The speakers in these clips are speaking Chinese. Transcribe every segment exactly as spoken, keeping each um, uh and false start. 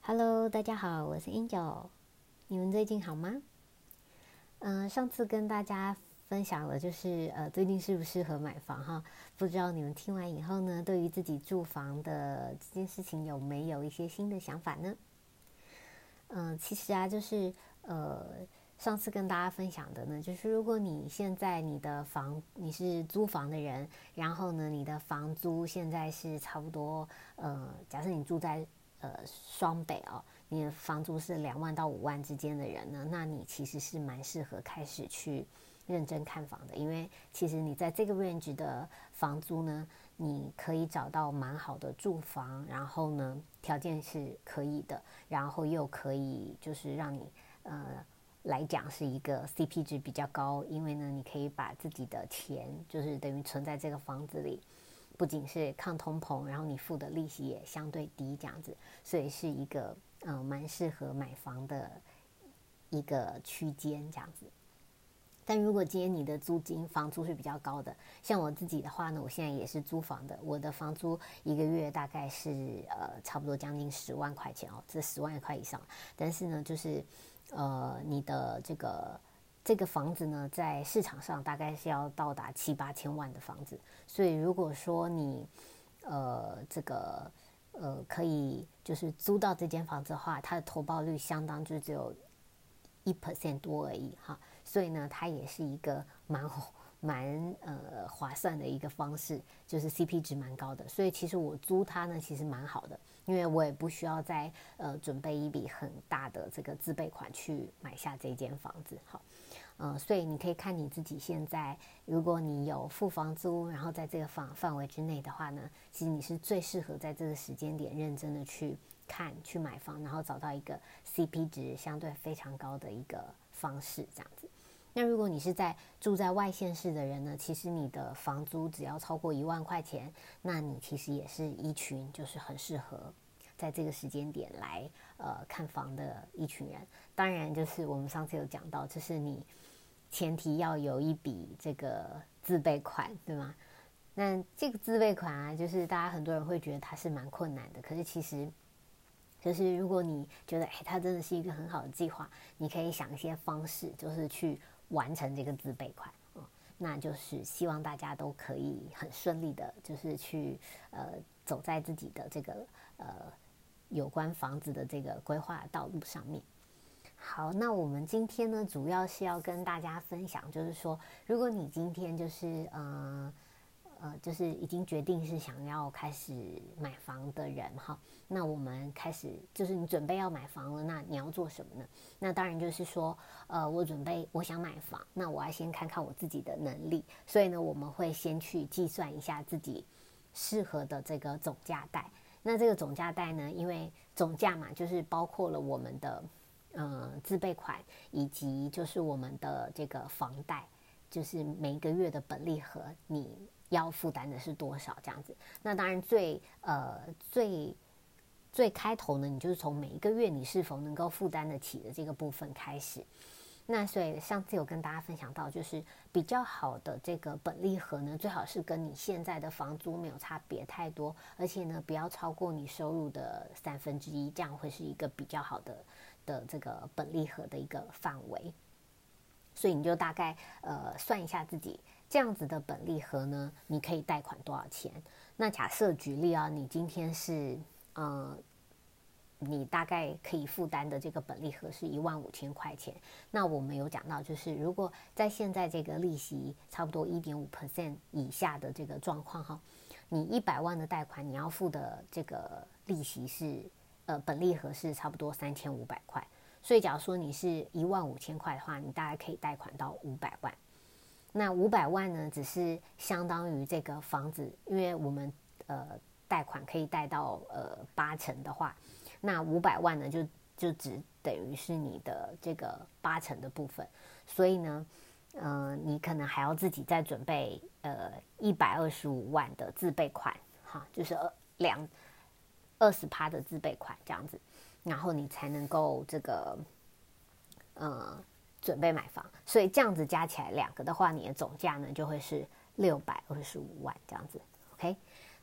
Hello，大家好，我是 Angel，你们最近好吗？嗯、呃，上次跟大家分享了，就是呃，最近适不适合买房哈？不知道你们听完以后呢，对于自己住房的这件事情有没有一些新的想法呢？嗯、呃，其实啊，就是呃，上次跟大家分享的呢，就是如果你现在你的房你是租房的人，然后呢，你的房租现在是差不多呃，假设你住在呃双北哦，你的房租是两万到五万之间的人呢，那你其实是蛮适合开始去认真看房的，因为其实你在这个 range 的房租呢，你可以找到蛮好的住房，然后呢条件是可以的，然后又可以就是让你呃来讲是一个 C P 值比较高，因为呢你可以把自己的钱就是等于存在这个房子里，不仅是抗通膨，然后你付的利息也相对低，这样子，所以是一个呃蛮适合买房的一个区间这样子。但如果今天你的租金房租是比较高的，像我自己的话呢，我现在也是租房的，我的房租一个月大概是呃差不多将近十万块钱哦，这十万块以上。但是呢，就是呃你的这个这个房子呢，在市场上大概是要到达七八千万的房子，所以如果说你呃这个呃可以就是租到这间房子的话，它的投报率相当就只有一 percent 多而已哈，所以呢，它也是一个蛮蛮呃划算的一个方式，就是 C P 值蛮高的。所以其实我租它呢，其实蛮好的，因为我也不需要再呃准备一笔很大的这个自备款去买下这间房子。好，呃，所以你可以看你自己现在，如果你有付房租，然后在这个范范围之内的话呢，其实你是最适合在这个时间点认真的去看、去买房，然后找到一个 C P 值相对非常高的一个方式，这样子。那如果你是在住在外县市的人呢，其实你的房租只要超过一万块钱，那你其实也是一群就是很适合在这个时间点来呃看房的一群人。当然，就是我们上次有讲到，就是你前提要有一笔这个自备款，对吗？那这个自备款啊，就是大家很多人会觉得它是蛮困难的，可是其实就是如果你觉得哎，它真的是一个很好的计划，你可以想一些方式，就是去完成这个自备款。哦，那就是希望大家都可以很顺利的，就是去呃走在自己的这个呃有关房子的这个规划道路上面。好，那我们今天呢，主要是要跟大家分享，就是说，如果你今天就是呃呃，就是已经决定是想要开始买房的人哈，那我们开始就是你准备要买房了，那你要做什么呢？那当然就是说，呃，我准备我想买房，那我要先看看我自己的能力，所以呢，我们会先去计算一下自己适合的这个总价带。那这个总价带呢，因为总价嘛，就是包括了我们的呃自备款以及就是我们的这个房贷，就是每个月的本利和你要负担的是多少这样子。那当然最呃最最开头呢，你就是从每一个月你是否能够负担得起的这个部分开始。那所以上次有跟大家分享到，就是比较好的这个本利和呢，最好是跟你现在的房租没有差别太多，而且呢不要超过你收入的三分之一，这样会是一个比较好的的这个本利和的一个范围。所以你就大概呃算一下自己这样子的本利和呢，你可以贷款多少钱？那假设举例啊，你今天是呃你大概可以负担的这个本利和是一万五千块钱。那我们有讲到，就是如果在现在这个利息差不多一点五 percent 以下的这个状况哈，你一百万的贷款，你要付的这个利息是呃本利和是差不多三千五百块。所以假如说你是一万五千块的话，你大概可以贷款到五百万。那五百万呢，只是相当于这个房子，因为我们呃贷款可以贷到呃八成的话，那五百万呢就就只等于是你的这个八成的部分。所以呢，呃，你可能还要自己再准备呃一百二十五万的自备款，哈，就是两二十趴的自备款这样子。然后你才能够这个呃准备买房，所以这样子加起来两个的话，你的总价呢就会是六百二十五万这样子。OK，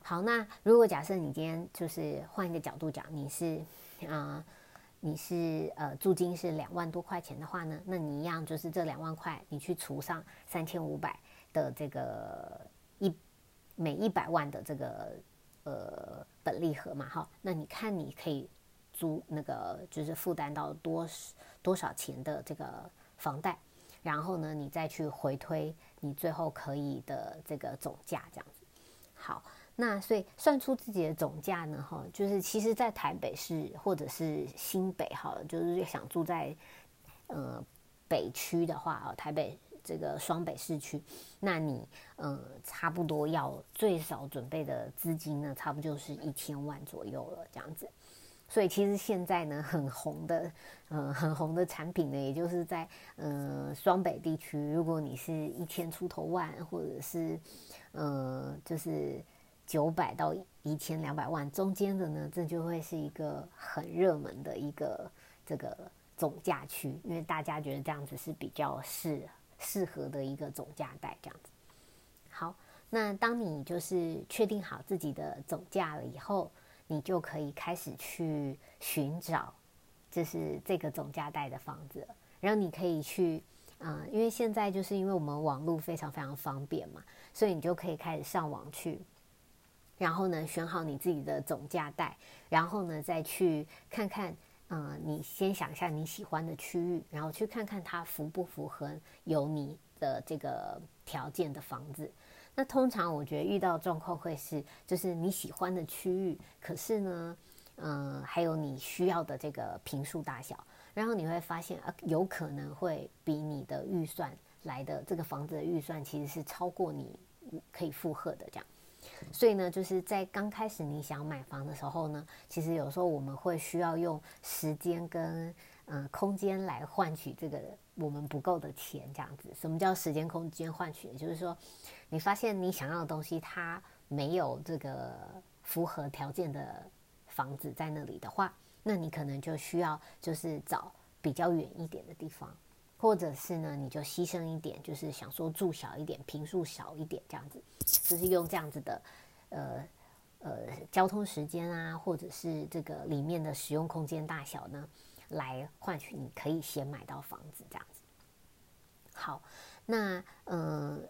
好，那如果假设你今天就是换一个角度讲，你是呃你是呃租金是两万多块钱的话呢，那你一样就是这两万块，你去除上三千五百的这个一每一百万的这个呃本利和嘛，哈，那你看你可以租那个就是负担到多多少钱的这个房贷，然后呢，你再去回推你最后可以的这个总价，这样子。好。那所以算出自己的总价呢，哈，就是其实，在台北市或者是新北，好了，就是想住在呃北区的话，哦，台北这个双北市区，那你呃差不多要最少准备的资金呢，差不多就是一千万左右了，这样子。所以其实现在呢，很红的，呃，很红的产品呢，也就是在呃双北地区，如果你是一千出头万，或者是呃就是九百到一千两百万中间的呢，这就会是一个很热门的一个这个总价区，因为大家觉得这样子是比较适适合的一个总价带，这样子。好，那当你就是确定好自己的总价了以后，你就可以开始去寻找，就是这个总价带的房子了。然后你可以去，呃，因为现在就是因为我们网络非常非常方便嘛，所以你就可以开始上网去，然后呢选好你自己的总价带，然后呢再去看看，呃，你先想一下你喜欢的区域，然后去看看它符不符合有你的这个条件的房子。那通常我觉得遇到状况会是，就是你喜欢的区域，可是呢，呃，还有你需要的这个坪数大小，然后你会发现，呃，有可能会比你的预算来的这个房子的预算其实是超过你可以负荷的这样。所以呢，就是在刚开始你想买房的时候呢，其实有时候我们会需要用时间跟呃空间来换取这个我们不够的钱，这样子。什么叫时间空间换取？就是说，你发现你想要的东西它没有这个符合条件的房子在那里的话，那你可能就需要就是找比较远一点的地方。或者是呢，你就牺牲一点，就是想说住小一点，坪数小一点，这样子，就是用这样子的，呃呃，交通时间啊，或者是这个里面的使用空间大小呢，来换取你可以先买到房子，这样子。好，那呃，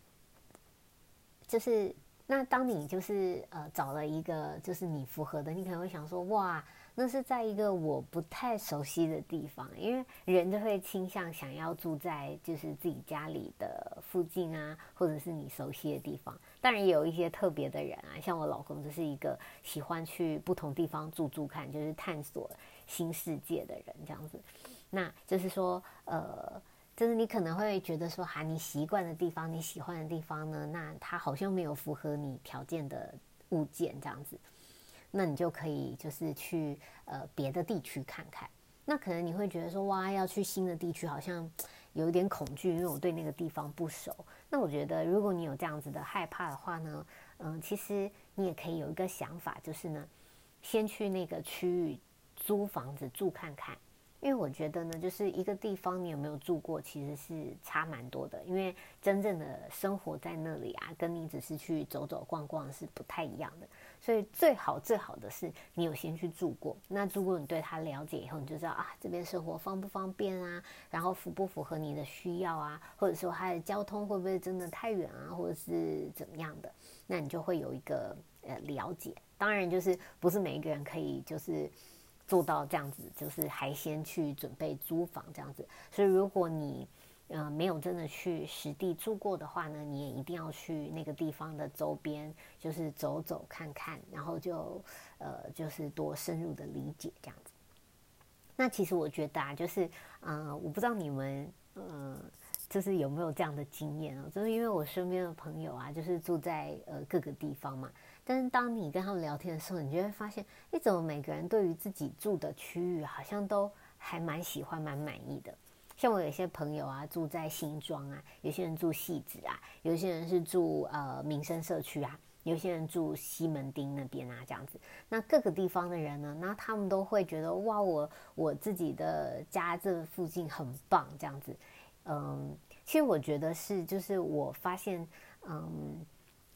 就是那当你就是呃找了一个就是你符合的，你可能会想说，哇。那是在一个我不太熟悉的地方，因为人就会倾向想要住在就是自己家里的附近啊，或者是你熟悉的地方。当然也有一些特别的人啊，像我老公就是一个喜欢去不同地方住住看，就是探索新世界的人这样子。那就是说，呃，就是你可能会觉得说，哈，你习惯的地方，你喜欢的地方呢，那它好像没有符合你条件的物件这样子。那你就可以就是去呃别的地区看看。那可能你会觉得说，哇，要去新的地区好像有一点恐惧，因为我对那个地方不熟。那我觉得如果你有这样子的害怕的话呢，嗯、呃，其实你也可以有一个想法，就是呢，先去那个区域租房子住看看。因为我觉得呢，就是一个地方你有没有住过，其实是差蛮多的。因为真正的生活在那里啊，跟你只是去走走逛逛是不太一样的。所以最好最好的是你有先去住过，那如果你对它了解以后，你就知道啊这边生活方不方便啊，然后符不符合你的需要啊，或者说它的交通会不会真的太远啊，或者是怎么样的，那你就会有一个呃了解。当然就是不是每一个人可以就是做到这样子，就是还先去准备租房这样子。所以如果你呃，没有真的去实地住过的话呢，你也一定要去那个地方的周边，就是走走看看，然后就呃，就是多深入的理解这样子。那其实我觉得啊，就是呃，我不知道你们呃，就是有没有这样的经验哦，就是因为我身边的朋友啊，就是住在呃各个地方嘛，但是当你跟他们聊天的时候，你就会发现，哎，怎么每个人对于自己住的区域好像都还蛮喜欢、蛮满意的。像我有些朋友啊，住在新庄啊，有些人住汐止啊，有些人是住呃民生社区啊，有些人住西门町那边啊，这样子。那各个地方的人呢，那他们都会觉得哇，我我自己的家这附近很棒，这样子。嗯，其实我觉得是，就是我发现，嗯，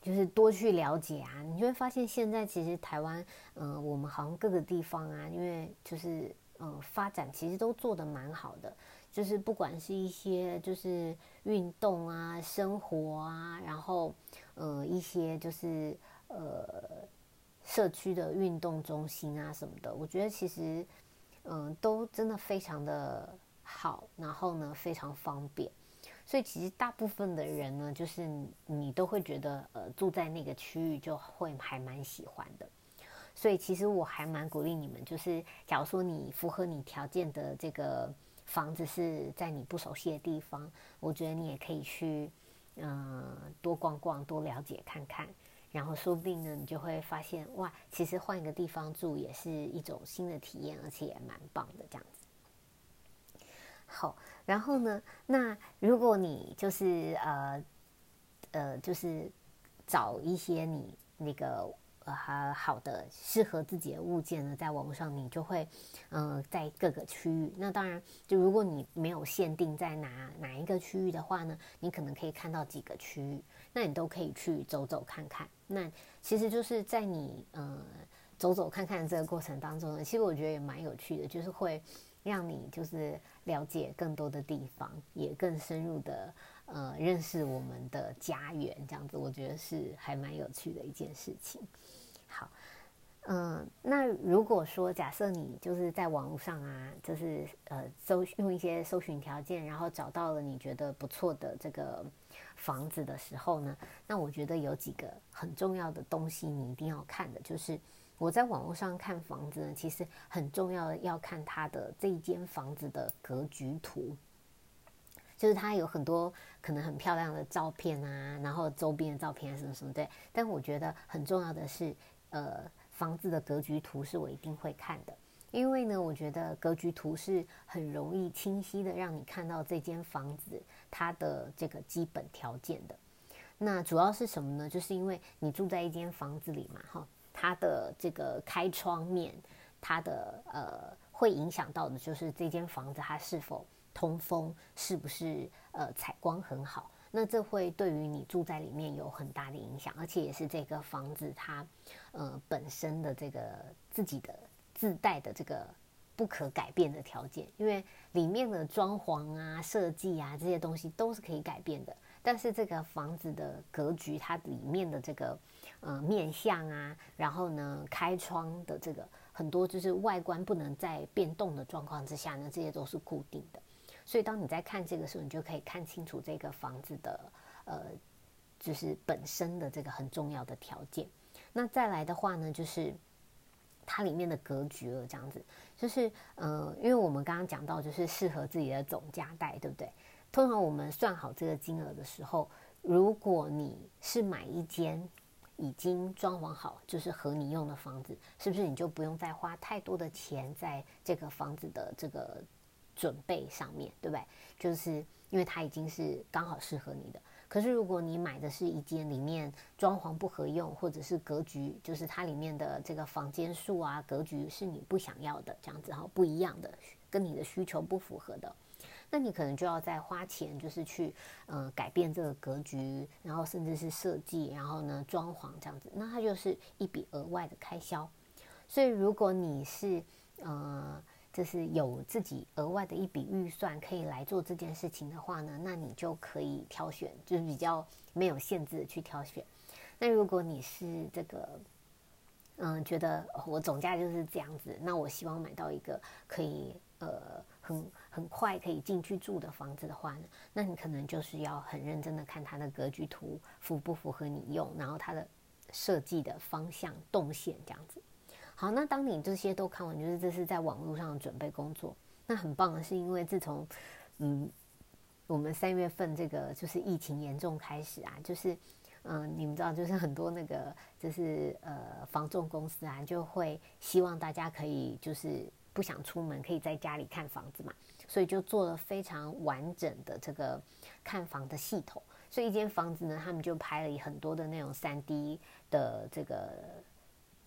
就是多去了解啊，你就会发现现在其实台湾，嗯、呃，我们好像各个地方啊，因为就是呃发展其实都做得蛮好的，就是不管是一些就是运动啊、生活啊，然后呃一些就是呃社区的运动中心啊什么的，我觉得其实嗯、呃、都真的非常的好，然后呢非常方便。所以其实大部分的人呢，就是你都会觉得，呃，住在那个区域就会还蛮喜欢的。所以其实我还蛮鼓励你们，就是假如说你符合你条件的这个房子是在你不熟悉的地方，我觉得你也可以去，嗯、呃，多逛逛，多了解看看。然后说不定呢，你就会发现，哇，其实换一个地方住也是一种新的体验，而且也蛮棒的这样子。好，然后呢，那如果你就是呃呃，就是找一些你那个呃好的适合自己的物件呢，在网络上你就会嗯、呃、在各个区域。那当然，就如果你没有限定在哪哪一个区域的话呢，你可能可以看到几个区域，那你都可以去走走看看。那其实就是在你呃走走看看的这个过程当中呢，其实我觉得也蛮有趣的，就是会让你就是了解更多的地方，也更深入的呃认识我们的家园，这样子我觉得是还蛮有趣的一件事情。好，嗯、呃，那如果说假设你就是在网络上啊，就是呃搜用一些搜寻条件，然后找到了你觉得不错的这个房子的时候呢，那我觉得有几个很重要的东西你一定要看的，就是我在网络上看房子呢，其实很重要的要看它的这一间房子的格局图，就是它有很多可能很漂亮的照片啊，然后周边的照片啊什么什么对，但我觉得很重要的是，呃，房子的格局图是我一定会看的，因为呢，我觉得格局图是很容易清晰的让你看到这间房子它的这个基本条件的。那主要是什么呢？就是因为你住在一间房子里嘛，哈，它的这个开窗面，它的呃会影响到的就是这间房子它是否通风，是不是呃采光很好。那这会对于你住在里面有很大的影响，而且也是这个房子它呃本身的这个自己的自带的这个不可改变的条件，因为里面的装潢啊、设计啊这些东西都是可以改变的。但是这个房子的格局，它里面的这个呃面向啊，然后呢开窗的这个很多就是外观不能在变动的状况之下呢，这些都是固定的。所以当你在看这个时候，你就可以看清楚这个房子的呃就是本身的这个很重要的条件。那再来的话呢，就是它里面的格局了，这样子，就是呃，因为我们刚刚讲到，就是适合自己的总价带，对不对？通常我们算好这个金额的时候，如果你是买一间已经装潢好，就是合你用的房子，是不是你就不用再花太多的钱在这个房子的这个准备上面，对不对？就是因为它已经是刚好适合你的。可是如果你买的是一间里面装潢不合用，或者是格局，就是它里面的这个房间数啊、格局是你不想要的，这样子哈，不一样的，跟你的需求不符合的，那你可能就要再花钱，就是去呃改变这个格局，然后甚至是设计，然后呢装潢这样子，那它就是一笔额外的开销。所以如果你是呃就是有自己额外的一笔预算可以来做这件事情的话呢，那你就可以挑选，就是比较没有限制的去挑选。那如果你是这个嗯、呃、觉得我总价就是这样子，那我希望买到一个可以呃很很快可以进去住的房子的话呢，那你可能就是要很认真的看它的格局图符不符合你用，然后它的设计的方向动线这样子。好，那当你这些都看完，就是这是在网络上的准备工作。那很棒的是，因为自从嗯我们三月份这个就是疫情严重开始啊，就是嗯、呃、你们知道，就是很多那个就是呃房仲公司啊，就会希望大家可以就是不想出门，可以在家里看房子嘛，所以就做了非常完整的这个看房的系统。所以一间房子呢，他们就拍了很多的那种 三 D 的这个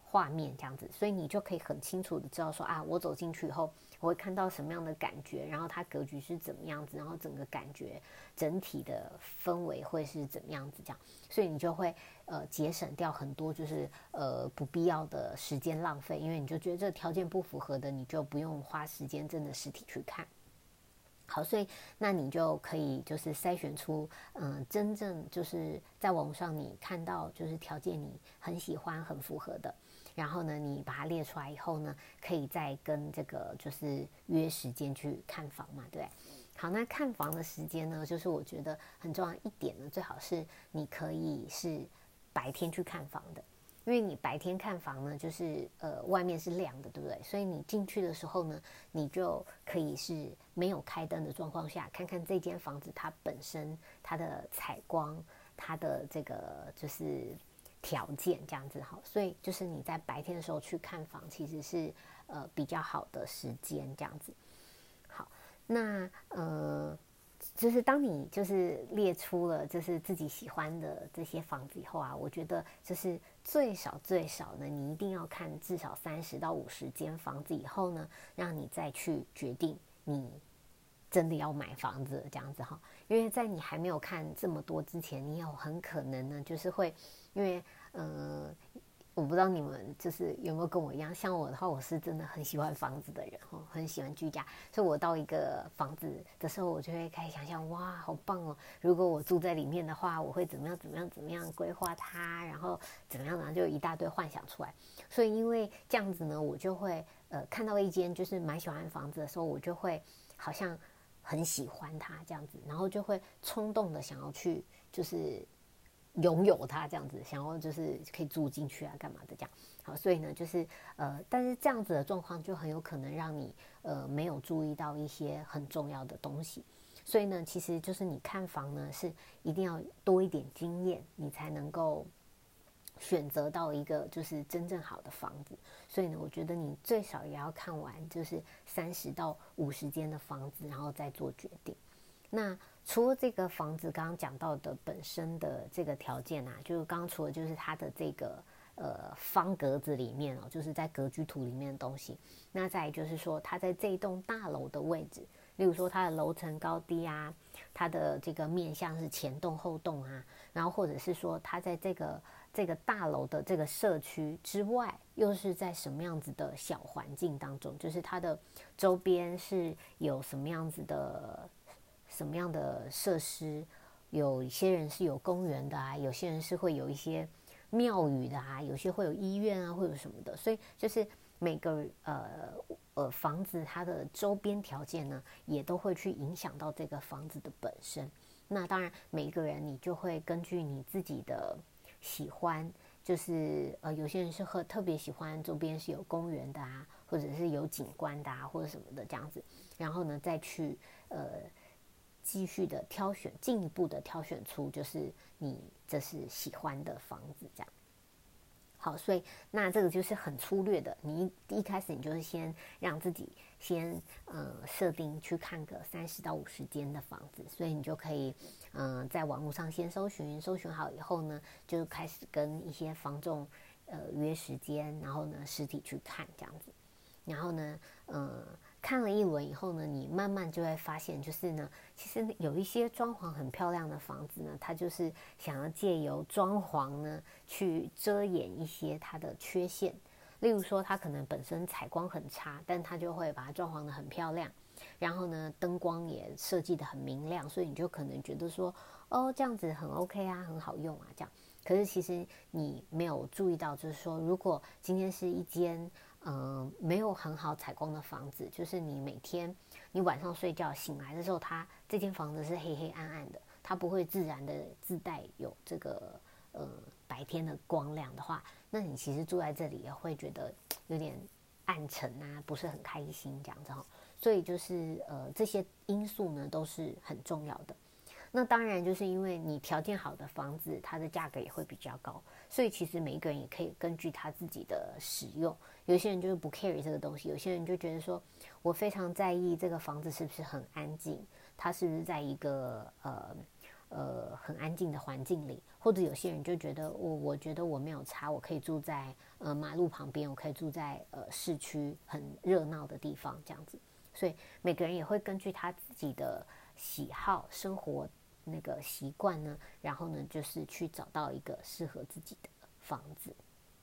画面这样子，所以你就可以很清楚的知道说啊，我走进去以后，我会看到什么样的感觉，然后它格局是怎么样子，然后整个感觉整体的氛围会是怎么样子这样，所以你就会呃节省掉很多就是呃不必要的时间浪费，因为你就觉得这个条件不符合的，你就不用花时间真的实体去看。好，所以那你就可以就是筛选出，嗯、呃，真正就是在网上你看到就是条件你很喜欢、很符合的，然后呢，你把它列出来以后呢，可以再跟这个就是约时间去看房嘛，对不对？好，那看房的时间呢，就是我觉得很重要一点呢，最好是你可以是白天去看房的。因为你白天看房呢，就是呃外面是亮的，对不对？所以你进去的时候呢，你就可以是没有开灯的状况下，看看这间房子它本身它的采光，它的这个就是条件这样子好。所以就是你在白天的时候去看房，其实是呃比较好的时间这样子。好，那呃。就是当你就是列出了就是自己喜欢的这些房子以后啊，我觉得就是最少最少呢，你一定要看至少三十到五十间房子以后呢，让你再去决定你真的要买房子这样子哈。因为在你还没有看这么多之前，你有很可能呢就是会因为呃。我不知道你们就是有没有跟我一样，像我的话，我是真的很喜欢房子的人哦，很喜欢居家，所以我到一个房子的时候，我就会开始想象，哇，好棒哦！如果我住在里面的话，我会怎么样怎么样怎么样规划它，然后怎么样呢？就一大堆幻想出来。所以因为这样子呢，我就会呃看到一间就是蛮喜欢的房子的时候，我就会好像很喜欢它这样子，然后就会冲动的想要去就是。拥有它这样子，想要就是可以住进去啊，干嘛的这样。好，所以呢，就是呃，但是这样子的状况就很有可能让你呃没有注意到一些很重要的东西。所以呢，其实就是你看房呢，是一定要多一点经验，你才能够选择到一个就是真正好的房子。所以呢，我觉得你最少也要看完就是三十到五十间的房子，然后再做决定。那除了这个房子刚刚讲到的本身的这个条件啊，就是刚刚除了就是它的这个呃方格子里面哦，就是在格局图里面的东西，那再来就是说它在这一栋大楼的位置，例如说它的楼层高低啊，它的这个面向是前栋后栋啊，然后或者是说它在这个这个大楼的这个社区之外，又是在什么样子的小环境当中，就是它的周边是有什么样子的。什么样的设施？有些人是有公园的啊，有些人是会有一些庙宇的啊，有些会有医院啊，会有什么的。所以就是每个呃呃房子它的周边条件呢，也都会去影响到这个房子的本身。那当然，每一个人你就会根据你自己的喜欢，就是呃有些人是特特别喜欢周边是有公园的啊，或者是有景观的啊，或者什么的这样子。然后呢，再去呃。继续的挑选，进一步的挑选出就是你这是喜欢的房子这样。好，所以那这个就是很粗略的，你一一开始你就是先让自己先呃设定去看个三十到五十间的房子，所以你就可以嗯、呃、在网络上先搜寻，搜寻好以后呢，就开始跟一些房仲呃约时间，然后呢实体去看这样子，然后呢嗯。呃看了一轮以后呢，你慢慢就会发现，就是呢，其实有一些装潢很漂亮的房子呢，它就是想要借由装潢呢去遮掩一些它的缺陷。例如说，它可能本身采光很差，但它就会把它装潢得很漂亮，然后呢，灯光也设计得很明亮，所以你就可能觉得说，哦，这样子很 OK 啊，很好用啊，这样。可是其实你没有注意到，就是说，如果今天是一间嗯、呃，没有很好采光的房子，就是你每天你晚上睡觉醒来的时候，它这间房子是黑黑暗暗的，它不会自然的自带有这个呃白天的光亮的话，那你其实住在这里也会觉得有点暗沉啊，不是很开心这样子哈。所以就是呃这些因素呢都是很重要的。那当然就是因为你条件好的房子，它的价格也会比较高，所以其实每一个人也可以根据他自己的使用。有些人就是不 care 这个东西，有些人就觉得说，我非常在意这个房子是不是很安静，它是不是在一个呃呃很安静的环境里， 或者有些人就觉得我我觉得我没有差，我可以住在呃马路旁边，我可以住在呃市区很热闹的地方这样子。所以每个人也会根据他自己的喜好、生活那个习惯呢，然后呢就是去找到一个适合自己的房子。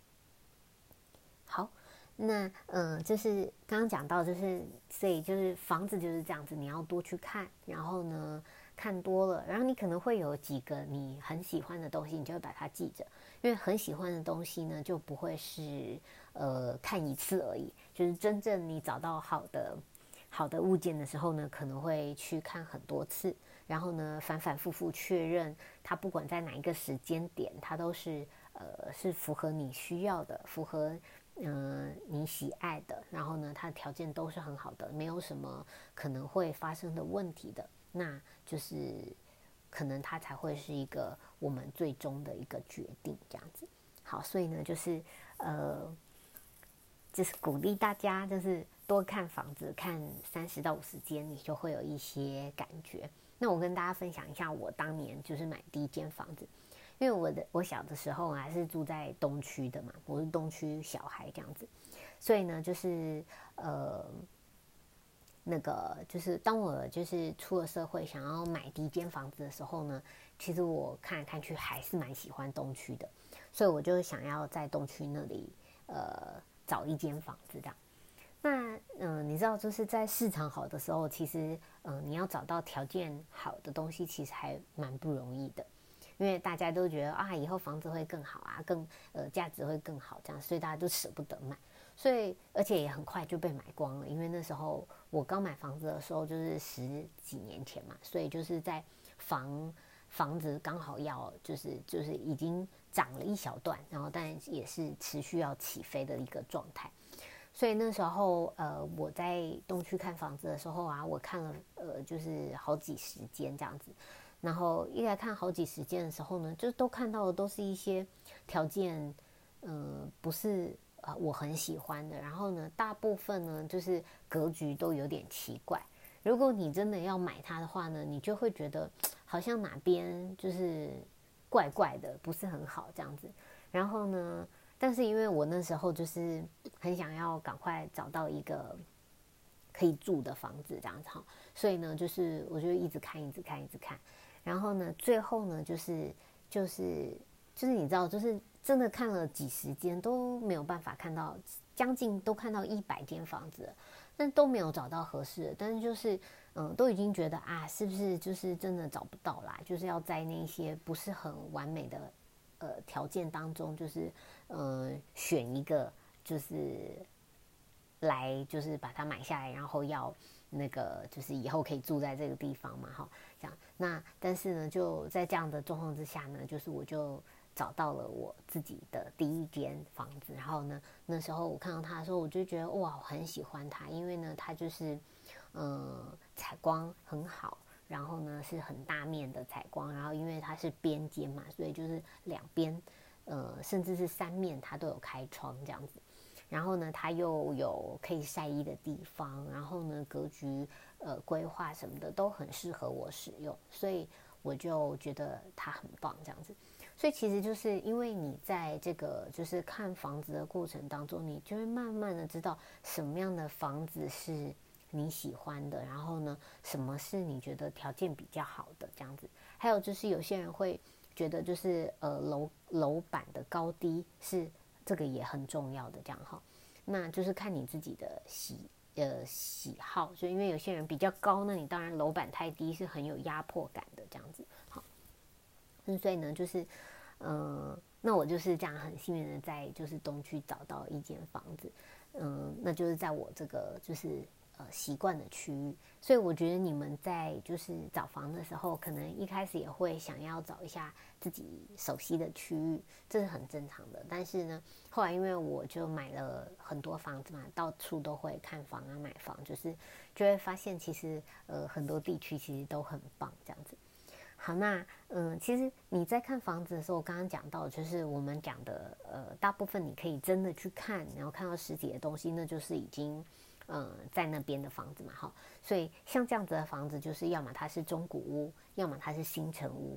好。那嗯、呃，就是刚刚讲到，就是所以就是房子就是这样子，你要多去看，然后呢看多了，然后你可能会有几个你很喜欢的东西，你就会把它记着，因为很喜欢的东西呢，就不会是呃看一次而已，就是真正你找到好的好的物件的时候呢，可能会去看很多次，然后呢反反复复确认它不管在哪一个时间点，它都是呃是符合你需要的，符合。嗯、呃，你喜爱的，然后呢，它的条件都是很好的，没有什么可能会发生的问题的，那就是可能它才会是一个我们最终的一个决定，这样子。好，所以呢，就是呃，就是鼓励大家，就是多看房子，看三十到五十间，你就会有一些感觉。那我跟大家分享一下，我当年就是买第一间房子。因为我的我小的时候还是住在东区的嘛，我是东区小孩这样子，所以呢，就是呃，那个就是当我就是出了社会，想要买第一间房子的时候呢，其实我看来看去还是蛮喜欢东区的，所以我就想要在东区那里呃找一间房子这样。那嗯、呃，你知道就是在市场好的时候，其实嗯、呃，你要找到条件好的东西，其实还蛮不容易的。因为大家都觉得啊，以后房子会更好啊，更呃价值会更好，这样，所以大家都舍不得买，所以而且也很快就被买光了。因为那时候我刚买房子的时候就是十几年前嘛，所以就是在房房子刚好要就是就是已经涨了一小段，然后但也是持续要起飞的一个状态。所以那时候，呃，我在东区看房子的时候啊，我看了呃，就是好几十间这样子。然后一来看好几十间的时候呢，就都看到的都是一些条件，呃，不是啊、呃、我很喜欢的。然后呢，大部分呢就是格局都有点奇怪。如果你真的要买它的话呢，你就会觉得好像哪边就是怪怪的，不是很好这样子。然后呢，但是因为我那时候就是很想要赶快找到一个可以住的房子这样子哈，所以呢，就是我就一直看，一直看，一直看。然后呢，最后呢，就是就是就是你知道，就是真的看了几十间都没有办法看到，将近都看到一百间房子了，但都没有找到合适的。但是就是嗯，都已经觉得啊，是不是就是真的找不到啦？就是要在那些不是很完美的呃条件当中，就是呃选一个就是来就是把它买下来，然后要那个就是以后可以住在这个地方嘛，哈，这样。那但是呢，就在这样的状况之下呢，就是我就找到了我自己的第一间房子。然后呢，那时候我看到它的时候，我就觉得哇，我很喜欢它，因为呢，它就是嗯采光很好。然后呢是很大面的采光，然后因为它是边间嘛，所以就是两边，呃，甚至是三面它都有开窗这样子。然后呢，它又有可以晒衣的地方，然后呢，格局、呃规划什么的都很适合我使用，所以我就觉得它很棒这样子。所以其实就是因为你在这个就是看房子的过程当中，你就会慢慢的知道什么样的房子是你喜欢的，然后呢，什么是你觉得条件比较好的这样子。还有就是有些人会觉得就是呃楼楼板的高低是这个也很重要的这样哈，那就是看你自己的喜呃喜好，就因为有些人比较高，那你当然楼板太低是很有压迫感的这样子。好，所以呢就是嗯、呃，那我就是这样很幸运的在就是东区找到一间房子，嗯、呃，那就是在我这个就是呃习惯的区域，所以我觉得你们在就是找房的时候，可能一开始也会想要找一下自己熟悉的区域，这是很正常的。但是呢，后来因为我就买了很多房子嘛，到处都会看房啊买房，就是就会发现其实呃很多地区其实都很棒这样子。好，那嗯，其实你在看房子的时候，我刚刚讲到，就是我们讲的，呃，大部分你可以真的去看，然后看到实体的东西，那就是已经，嗯，在那边的房子嘛，哈。所以像这样子的房子，就是要么它是中古屋，要么它是新城屋。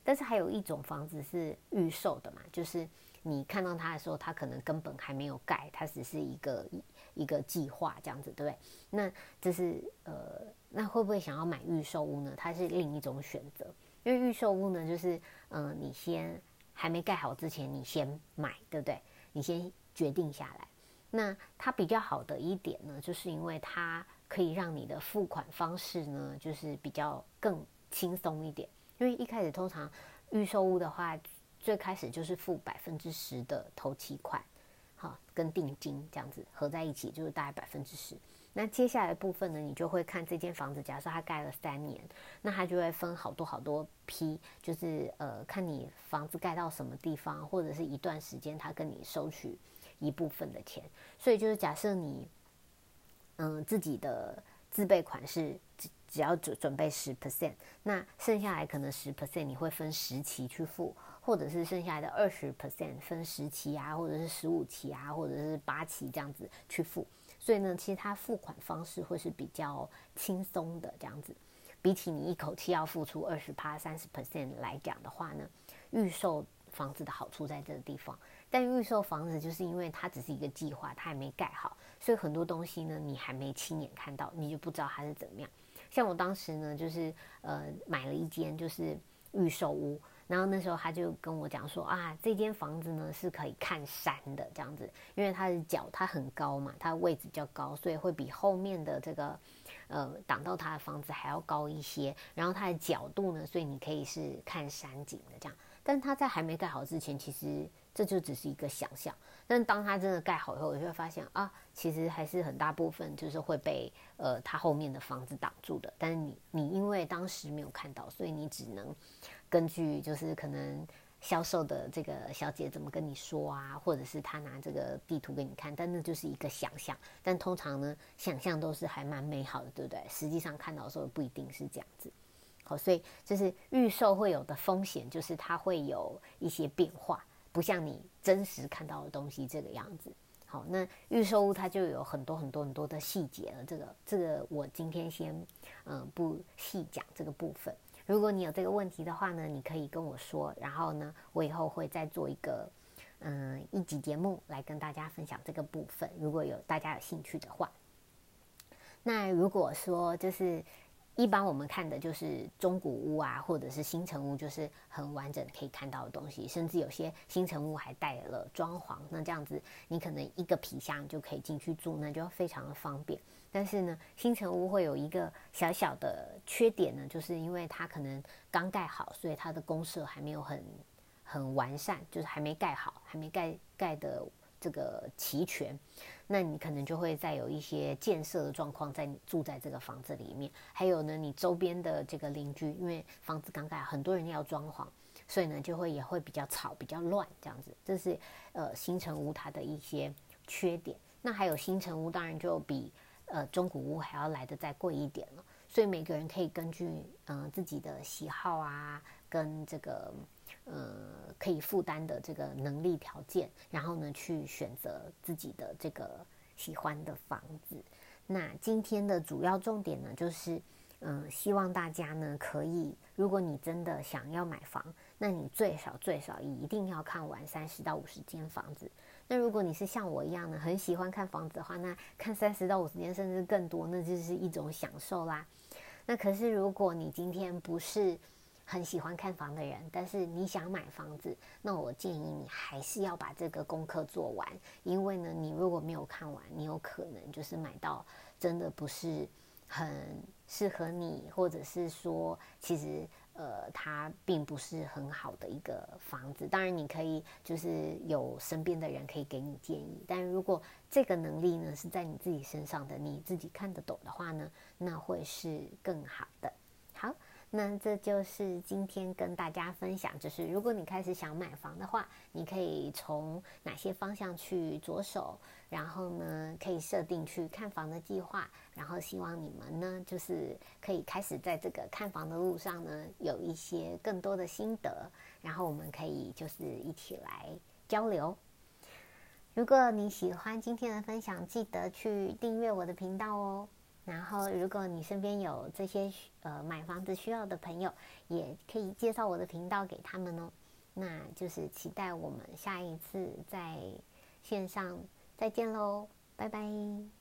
但是还有一种房子是预售的嘛，就是你看到它的时候，它可能根本还没有盖，它只是一个一个计划这样子，对不对？那这是呃，那会不会想要买预售屋呢？它是另一种选择，因为预售屋呢，就是嗯、呃，你先还没盖好之前，你先买，对不对？你先决定下来。那它比较好的一点呢，就是因为它可以让你的付款方式呢，就是比较更轻松一点。因为一开始通常预售屋的话，最开始就是付百分之十的头期款，好，跟定金这样子合在一起，就是大概百分之十。那接下来的部分呢，你就会看这间房子，假设它盖了三年，那它就会分好多好多批，就是呃，看你房子盖到什么地方，或者是一段时间，它跟你收取一部分的钱。所以就是假设你嗯、呃、自己的自备款是只只要准准备十 percent， 那剩下来可能十 percent 你会分十期去付，或者是剩下来的二十 percent 分十期啊，或者是十五期啊，或者是八期这样子去付。所以呢，其实它付款方式会是比较轻松的这样子，比起你一口气要付出二十趴、三十 percent 来讲的话呢，预售房子的好处在这个地方。但预售房子就是因为它只是一个计划，它还没盖好，所以很多东西呢你还没亲眼看到，你就不知道它是怎么样。像我当时呢，就是呃买了一间就是预售屋。然后那时候他就跟我讲说啊，这间房子呢是可以看山的这样子，因为它的角它很高嘛，它的位置比较高，所以会比后面的这个呃挡到它的房子还要高一些。然后它的角度呢，所以你可以是看山景的这样。但它在还没盖好之前，其实这就只是一个想象。但当它真的盖好以后，我就会发现啊，其实还是很大部分就是会被呃它后面的房子挡住的。但是你你因为当时没有看到，所以你只能根据就是可能销售的这个小姐怎么跟你说啊，或者是她拿这个地图给你看，但那就是一个想象。但通常呢，想象都是还蛮美好的，对不对？实际上看到的时候不一定是这样子。好，所以就是预售会有的风险，就是它会有一些变化，不像你真实看到的东西这个样子。好，那预售屋它就有很多很多很多的细节了，这个这个我今天先嗯不细讲这个部分。如果你有这个问题的话呢，你可以跟我说，然后呢，我以后会再做一个嗯一集节目来跟大家分享这个部分。如果有大家有兴趣的话，那如果说就是一般我们看的就是中古屋啊，或者是新成屋，就是很完整可以看到的东西，甚至有些新成屋还带了装潢，那这样子你可能一个皮箱就可以进去住，那就非常的方便。但是呢，新成屋会有一个小小的缺点呢，就是因为它可能刚盖好，所以它的公设还没有很很完善，就是还没盖好，还没盖盖的这个齐全。那你可能就会再有一些建设的状况在你住在这个房子里面。还有呢，你周边的这个邻居，因为房子刚盖，很多人要装潢，所以呢就会也会比较吵、比较乱这样子。这是呃新成屋它的一些缺点。那还有新成屋当然就比呃中古屋还要来得再贵一点了。所以每个人可以根据嗯、呃、自己的喜好啊，跟这个呃可以负担的这个能力条件，然后呢去选择自己的这个喜欢的房子。那今天的主要重点呢，就是嗯、呃，希望大家呢可以，如果你真的想要买房，那你最少最少一定要看完三十到五十间房子。那如果你是像我一样呢，很喜欢看房子的话，那看三十到五十间甚至更多，那就是一种享受啦。那可是如果你今天不是很喜欢看房的人，但是你想买房子，那我建议你还是要把这个功课做完。因为呢，你如果没有看完，你有可能就是买到真的不是很适合你，或者是说其实呃它并不是很好的一个房子。当然你可以就是有身边的人可以给你建议，但如果这个能力呢是在你自己身上的，你自己看得懂的话呢，那会是更好的。好，那这就是今天跟大家分享，就是如果你开始想买房的话，你可以从哪些方向去着手，然后呢可以设定去看房的计划，然后希望你们呢就是可以开始在这个看房的路上呢有一些更多的心得，然后我们可以就是一起来交流。如果你喜欢今天的分享，记得去订阅我的频道哦。 然后，如果你身边有这些呃买房子需要的朋友，也可以介绍我的频道给他们哦。那就是期待我们下一次在线上再见喽，拜拜。